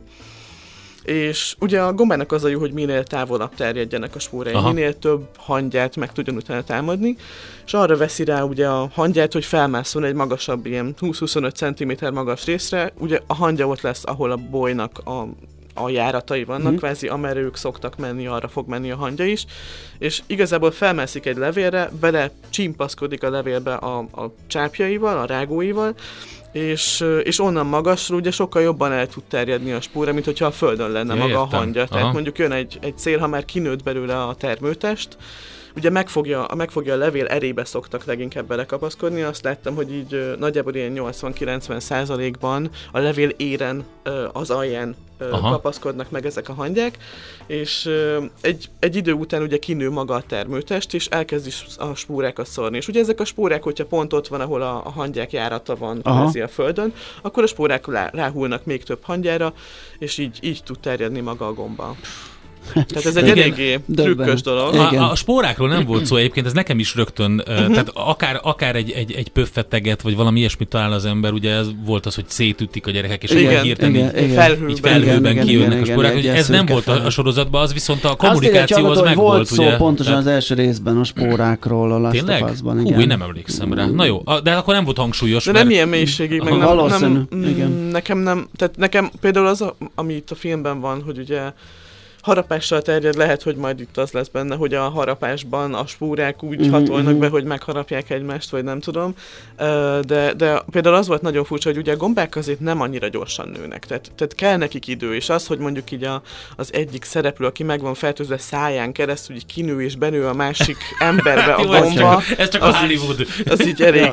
H: És ugye a gombának az a jó, hogy minél távolabb terjedjenek a spórái, aha. minél több hangyát meg tudjon utána támadni, és arra veszi rá ugye a hangyát, hogy felmászol egy magasabb, ilyen húsz-huszonöt centiméter magas részre, ugye a hangya ott lesz, ahol a bolynak a, a járatai vannak, mm. kvázi amerre ők szoktak menni, arra fog menni a hangya is, és igazából felmászik egy levélre, bele csimpaszkodik a levélbe a, a csápjaival, a rágóival, És, és onnan magasra ugye sokkal jobban el tud terjedni a spóra, mint hogyha a földön lenne ja, maga értem. a hangya. Tehát Aha. mondjuk jön egy, egy cél, ha már kinőtt belőle a termőtest, ugye megfogja, megfogja a levél erébe szoktak leginkább belekapaszkodni, azt láttam, hogy így nagyjából ilyen nyolcvan-kilencven százalékban a levél éren, az alján Aha. kapaszkodnak meg ezek a hangyák, és egy, egy idő után ugye kinő maga a termőtest, és elkezd is a spórákat szórni. És ugye ezek a spórák, hogyha pont ott van, ahol a, a hangyák járata van kvázi a földön, akkor a spórák rá, ráhulnak még több hangyára, és így, így tud terjedni maga a gomba. Tehát ez egy igen, eléggé trükkös dolog.
E: A, a spórákról nem volt szó egyébként, ez nekem is rögtön, uh-huh. tehát akár, akár egy, egy, egy pöffeteget, vagy valami ilyesmit talál az ember, ugye ez volt az, hogy szétütik a gyerekek, és igen, hirtelen igen, így, igen. felhőben, így felhőben igen, kijönnek igen, a spórák. Igen, ez nem volt a, a sorozatban, az viszont a kommunikáció az meg volt.
D: Volt szó ugye, pontosan tehát... az első részben a spórákról, a Last of Us-ban.
E: Hú, én nem emlékszem rá. Na jó, de akkor nem volt hangsúlyos.
H: De nem ilyen mélységig, meg nem, nekem nem, tehát nekem például az, ami itt a filmben van, hogy ugye harapással terjed, lehet, hogy majd itt az lesz benne, hogy a harapásban a spórák úgy mm-hmm. hatolnak be, hogy megharapják egymást, vagy nem tudom. De, de például az volt nagyon furcsa, hogy ugye a gombák azért nem annyira gyorsan nőnek. Tehát, tehát kell nekik idő, és az, hogy mondjuk így a, az egyik szereplő, aki meg van fertőzve száján keresztül, így kinő és benő a másik emberbe a gomba.
E: Ez csak a Hollywood.
H: Az, az így elég,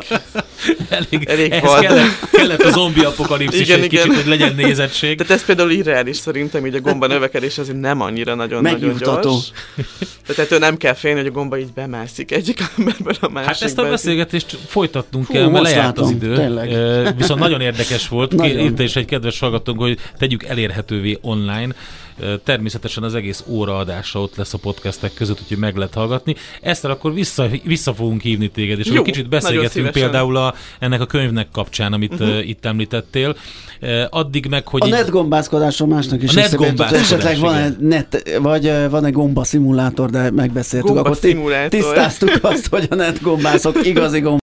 E: elég, elég vad. Kellett, kellett a zombi apokalipszis igen, egy igen. kicsit, hogy legyen nézettség.
H: Tehát ez például irreális szerintem, így a gomba növekedés azért nem annyira nagyon-nagyon gyors. Tehát ő nem kell félni, hogy a gomba így bemászik egyik emberből a másikba.
E: Hát ezt a beszélgetést folytatnunk Hú, kell, mert lejárt az idő. Tényleg. Viszont nagyon érdekes volt. Írta is egy kedves hallgatónk, hogy tegyük elérhetővé online. Természetesen az egész óraadása ott lesz a podcastek között, úgyhogy meg lehet hallgatni. Ezzel akkor vissza, vissza fogunk hívni téged, és Jó, akkor kicsit beszélgetünk például a, ennek a könyvnek kapcsán, amit uh-huh. uh, itt említettél. Uh, addig meg, hogy...
D: A netgombászkodásról másnak is
E: eszembe
D: esetleg van egy net, vagy uh, van egy gomba szimulátor, de megbeszéltük.
H: Gomba
D: akkor
H: szimulátor.
D: Tisztáztuk azt, hogy a netgombászok igazi gomba